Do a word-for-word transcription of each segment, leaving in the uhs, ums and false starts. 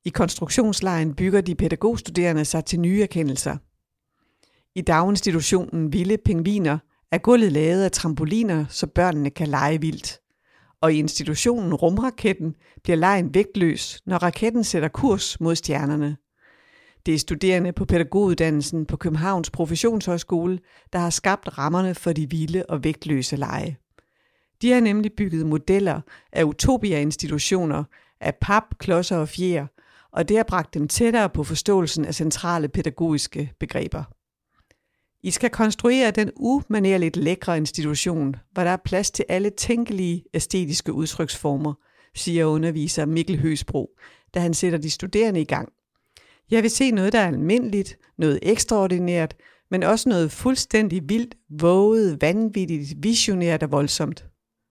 I konstruktionslejen bygger de pædagogstuderende sig til nye erkendelser. I daginstitutionen Vilde Pingviner er gulvet lavet af trampoliner, så børnene kan lege vildt. Og i institutionen Rumraketten bliver legen vægtløs, når raketten sætter kurs mod stjernerne. Det er studerende på pædagoguddannelsen på Københavns Professionshøjskole, der har skabt rammerne for de vilde og vægtløse lege. De har nemlig bygget modeller af utopia-institutioner af pap, klodser og fjer, og det har bragt dem tættere på forståelsen af centrale pædagogiske begreber. I skal konstruere den umanerligt lækre institution, hvor der er plads til alle tænkelige æstetiske udtryksformer, siger underviser Mikkel Høsbro, da han sætter de studerende i gang. Jeg vil se noget, der er almindeligt, noget ekstraordinært, men også noget fuldstændig vildt, våget, vanvittigt, visionært og voldsomt.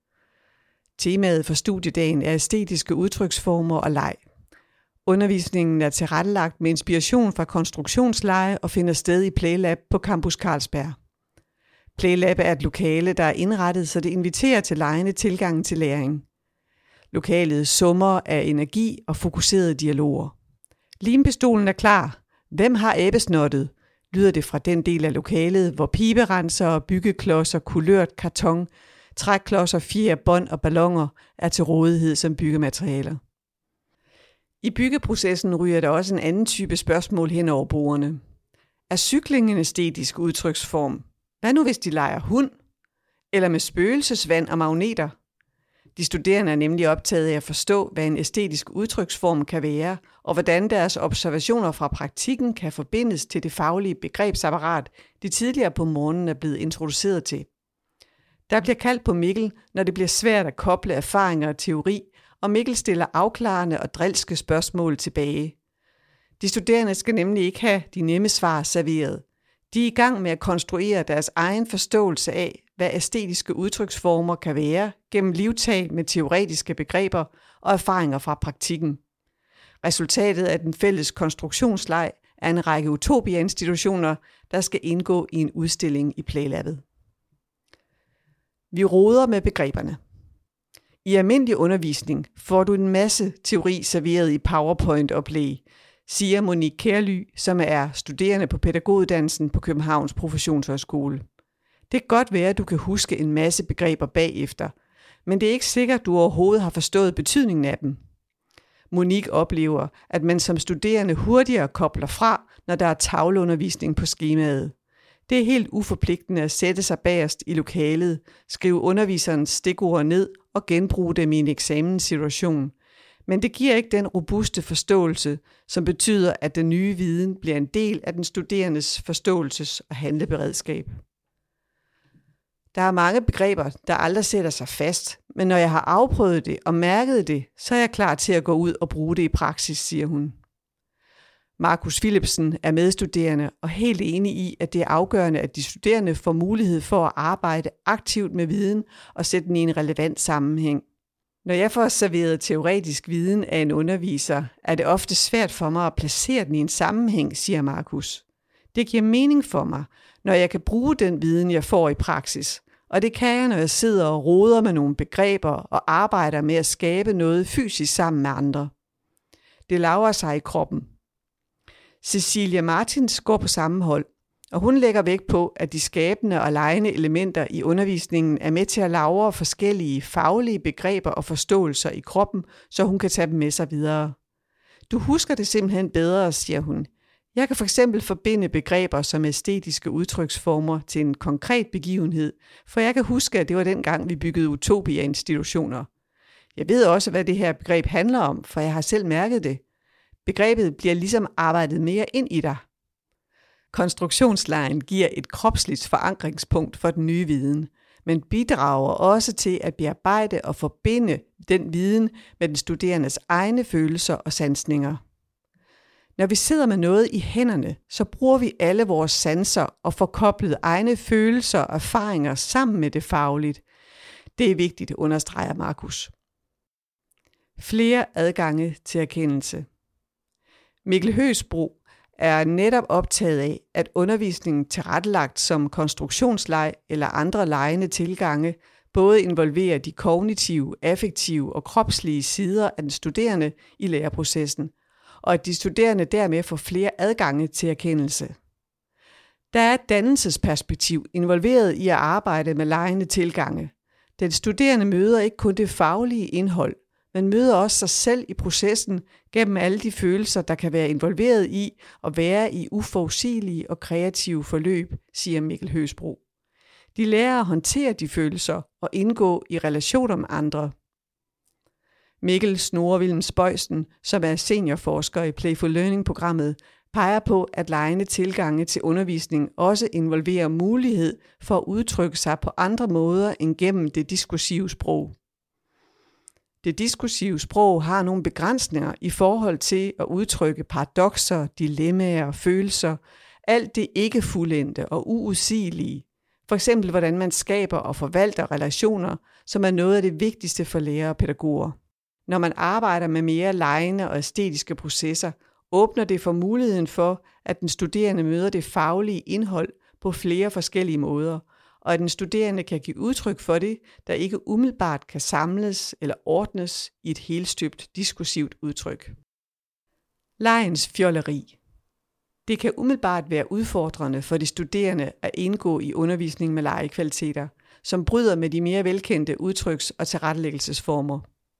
Temaet for studiedagen er æstetiske udtryksformer og leg. Undervisningen er tilrettelagt med inspiration fra konstruktionsleje og finder sted i Playlab på Campus Carlsberg. Playlab er et lokale, der er indrettet, så det inviterer til legende tilgangen til læring. Lokalet summer af energi og fokuserede dialoger. Limpistolen er klar. Hvem har æbesnottet? Lyder det fra den del af lokalet, hvor piberenser, byggeklodser, kulørt karton, træklodser, fjer, bånd og balloner er til rådighed som byggematerialer. I byggeprocessen ryger der også en anden type spørgsmål hen over bordene. Er cykling en æstetisk udtryksform? Hvad nu hvis de leger hund? Eller med spøgelsesvand og magneter? De studerende er nemlig optaget af at forstå, hvad en æstetisk udtryksform kan være, og hvordan deres observationer fra praktikken kan forbindes til det faglige begrebsapparat, de tidligere på morgenen er blevet introduceret til. Der bliver kaldt på Mikkel, når det bliver svært at koble erfaringer og teori, og Mikkel stiller afklarende og drilske spørgsmål tilbage. De studerende skal nemlig ikke have de nemme svar serveret. De er i gang med at konstruere deres egen forståelse af, hvad æstetiske udtryksformer kan være gennem livtag med teoretiske begreber og erfaringer fra praktikken. Resultatet af den fælles konstruktionsleg er en række utopia-institutioner, der skal indgå i en udstilling i Playlabet. Vi roder med begreberne. I almindelig undervisning får du en masse teori serveret i PowerPoint-oplæg, siger Monique Kærly, som er studerende på pædagoguddannelsen på Københavns Professionshøjskole. Det kan godt være, at du kan huske en masse begreber bagefter, men det er ikke sikkert, at du overhovedet har forstået betydningen af dem. Monique oplever, at man som studerende hurtigere kobler fra, når der er tavleundervisning på skemaet. Det er helt uforpligtende at sætte sig bagerst i lokalet, skrive underviserens stikord ned og genbruge dem i en eksamenssituation. Men det giver ikke den robuste forståelse, som betyder, at den nye viden bliver en del af den studerendes forståelses- og handleberedskab. Der er mange begreber, der aldrig sætter sig fast, men når jeg har afprøvet det og mærket det, så er jeg klar til at gå ud og bruge det i praksis, siger hun. Markus Philipsen er medstuderende og helt enig i, at det er afgørende, at de studerende får mulighed for at arbejde aktivt med viden og sætte den i en relevant sammenhæng. Når jeg får serveret teoretisk viden af en underviser, er det ofte svært for mig at placere den i en sammenhæng, siger Markus. Det giver mening for mig, når jeg kan bruge den viden, jeg får i praksis. Og det kan jeg, når jeg sidder og roder med nogle begreber og arbejder med at skabe noget fysisk sammen med andre. Det laver sig i kroppen. Cecilia Martins går på samme hold, og hun lægger vægt på, at de skabende og legende elementer i undervisningen er med til at lagre forskellige faglige begreber og forståelser i kroppen, så hun kan tage dem med sig videre. Du husker det simpelthen bedre, siger hun. Jeg kan for eksempel forbinde begreber som æstetiske udtryksformer til en konkret begivenhed, for jeg kan huske, at det var dengang, vi byggede utopia-institutioner. Jeg ved også, hvad det her begreb handler om, for jeg har selv mærket det. Begrebet bliver ligesom arbejdet mere ind i dig. Konstruktionslejen giver et kropsligt forankringspunkt for den nye viden, men bidrager også til at bearbejde og forbinde den viden med den studerendes egne følelser og sansninger. Når vi sidder med noget i hænderne, så bruger vi alle vores sanser og får koblet egne følelser og erfaringer sammen med det fagligt. Det er vigtigt, understreger Markus. Flere adgange til erkendelse. Mikkel Høsbro er netop optaget af, at undervisningen tilrettelagt som konstruktionsleg eller andre legende tilgange både involverer de kognitive, affektive og kropslige sider af den studerende i læreprocessen, og at de studerende dermed får flere adgange til erkendelse. Der er et dannelsesperspektiv involveret i at arbejde med legende tilgange. Den studerende møder ikke kun det faglige indhold, men møder også sig selv i processen gennem alle de følelser, der kan være involveret i at være i uforudsigelige og kreative forløb, siger Mikkel Høgsbro. De lærer at håndtere de følelser og indgå i relationer med andre. Mikkel Snorre Wilm Spøjsen, som er seniorforsker i Playful Learning-programmet, peger på, at legende tilgange til undervisning også involverer mulighed for at udtrykke sig på andre måder end gennem det diskursive sprog. Det diskursive sprog har nogle begrænsninger i forhold til at udtrykke paradokser, dilemmaer, følelser, alt det ikke fuldendte og uudsigelige. For eksempel hvordan man skaber og forvalter relationer, som er noget af det vigtigste for lærere og pædagoger. Når man arbejder med mere legende og æstetiske processer, åbner det for muligheden for, at den studerende møder det faglige indhold på flere forskellige måder, og at den studerende kan give udtryk for det, der ikke umiddelbart kan samles eller ordnes i et helstøbt diskursivt udtryk. Legens fjolleri. Det kan umiddelbart være udfordrende for de studerende at indgå i undervisning med legekvaliteter, som bryder med de mere velkendte udtryks- og tilrettelæggelsesformer.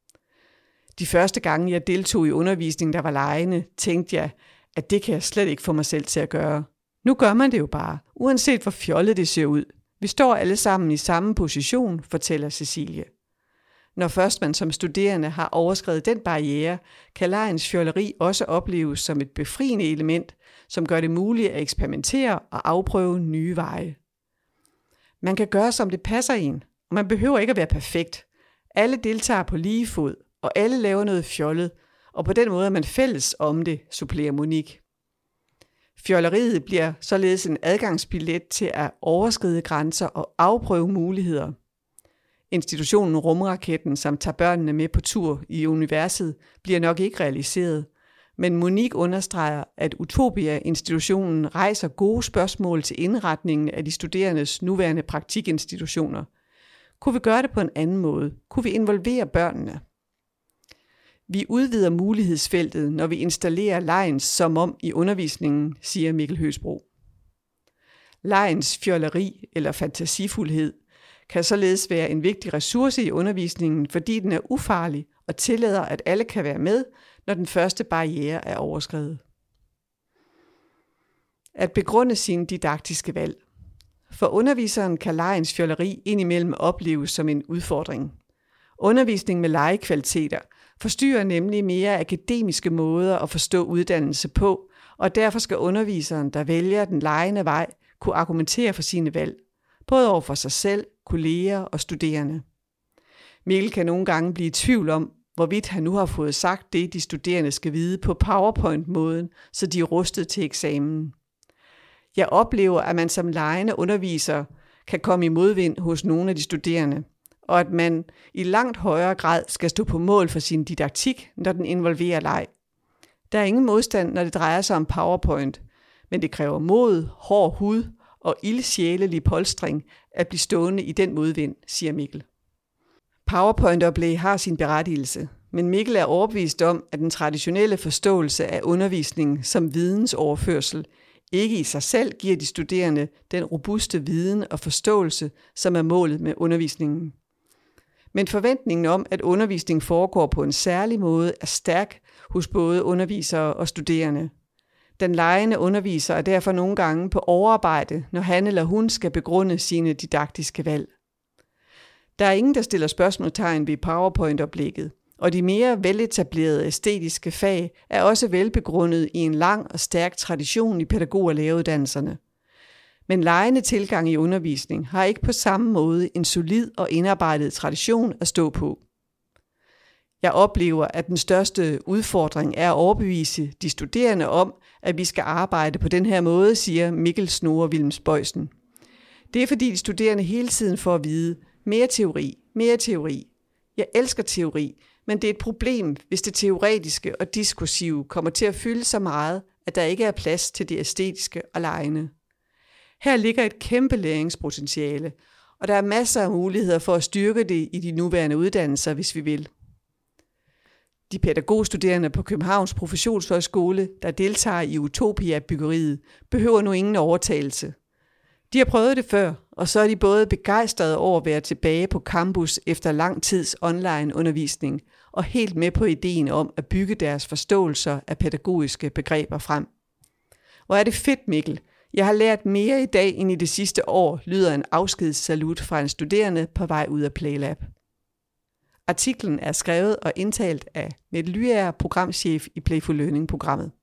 De første gange, jeg deltog i undervisning, der var legende, tænkte jeg, at det kan jeg slet ikke få mig selv til at gøre. Nu gør man det jo bare, uanset hvor fjollet det ser ud. Vi står alle sammen i samme position, fortæller Cecilie. Når først man som studerende har overskredet den barriere, kan legens fjolleri også opleves som et befriende element, som gør det muligt at eksperimentere og afprøve nye veje. Man kan gøre, som det passer en, og man behøver ikke at være perfekt. Alle deltager på lige fod, og alle laver noget fjollet, og på den måde er man fælles om det, supplerer Monique. Fjolleriet bliver således en adgangsbillet til at overskride grænser og afprøve muligheder. Institutionen Rumraketten, som tager børnene med på tur i universet, bliver nok ikke realiseret, men Monique understreger, at Utopia-institutionen rejser gode spørgsmål til indretningen af de studerendes nuværende praktikinstitutioner. Kunne vi gøre det på en anden måde? Kunne vi involvere børnene? Vi udvider mulighedsfeltet, når vi installerer legens som om i undervisningen, siger Mikkel Høgsbro. Legens fjolleri eller fantasifuldhed kan således være en vigtig ressource i undervisningen, fordi den er ufarlig og tillader, at alle kan være med, når den første barriere er overskredet. At begrunde sine didaktiske valg. For underviseren kan legens fjolleri indimellem opleves som en udfordring. Undervisning med legekvaliteter forstyrrer nemlig mere akademiske måder at forstå uddannelse på, og derfor skal underviseren, der vælger den legende vej, kunne argumentere for sine valg, både over for sig selv, kolleger og studerende. Mikkel kan nogle gange blive i tvivl om, hvorvidt han nu har fået sagt det, de studerende skal vide på PowerPoint-måden, så de er rustet til eksamen. Jeg oplever, at man som legende underviser kan komme i modvind hos nogle af de studerende, og at man i langt højere grad skal stå på mål for sin didaktik, når den involverer leg. Der er ingen modstand, når det drejer sig om PowerPoint, men det kræver mod, hård hud og ildsjælelig polstring at blive stående i den modvind, siger Mikkel. PowerPoint-oplæg har sin berettigelse, men Mikkel er overbevist om, at den traditionelle forståelse af undervisning som vidensoverførsel ikke i sig selv giver de studerende den robuste viden og forståelse, som er målet med undervisningen. Men forventningen om, at undervisning foregår på en særlig måde, er stærk hos både undervisere og studerende. Den legende underviser er derfor nogle gange på overarbejde, når han eller hun skal begrunde sine didaktiske valg. Der er ingen, der stiller spørgsmålstegn ved PowerPoint-oplægget, og de mere veletablerede æstetiske fag er også velbegrundet i en lang og stærk tradition i pædagog- og læreruddannelserne. Men legende tilgang i undervisning har ikke på samme måde en solid og indarbejdet tradition at stå på. Jeg oplever, at den største udfordring er at overbevise de studerende om, at vi skal arbejde på den her måde, siger Mikkel Snorre Wilm Spøjsen. Det er fordi de studerende hele tiden får at vide, mere teori, mere teori. Jeg elsker teori, men det er et problem, hvis det teoretiske og diskursive kommer til at fylde så meget, at der ikke er plads til det æstetiske og legende. Her ligger et kæmpe læringspotentiale, og der er masser af muligheder for at styrke det i de nuværende uddannelser, hvis vi vil. De pædagogstuderende på Københavns Professionshøjskole, der deltager i Utopia-byggeriet, behøver nu ingen overtagelse. De har prøvet det før, og så er de både begejstrede over at være tilbage på campus efter lang tids online undervisning, og helt med på ideen om at bygge deres forståelser af pædagogiske begreber frem. Hvor er det fedt, Mikkel. Jeg har lært mere i dag end i det sidste år, lyder en afskedssalut fra en studerende på vej ud af Playlab. Artiklen er skrevet og indtalt af Mette Lyager, programchef i Playful Learning-programmet.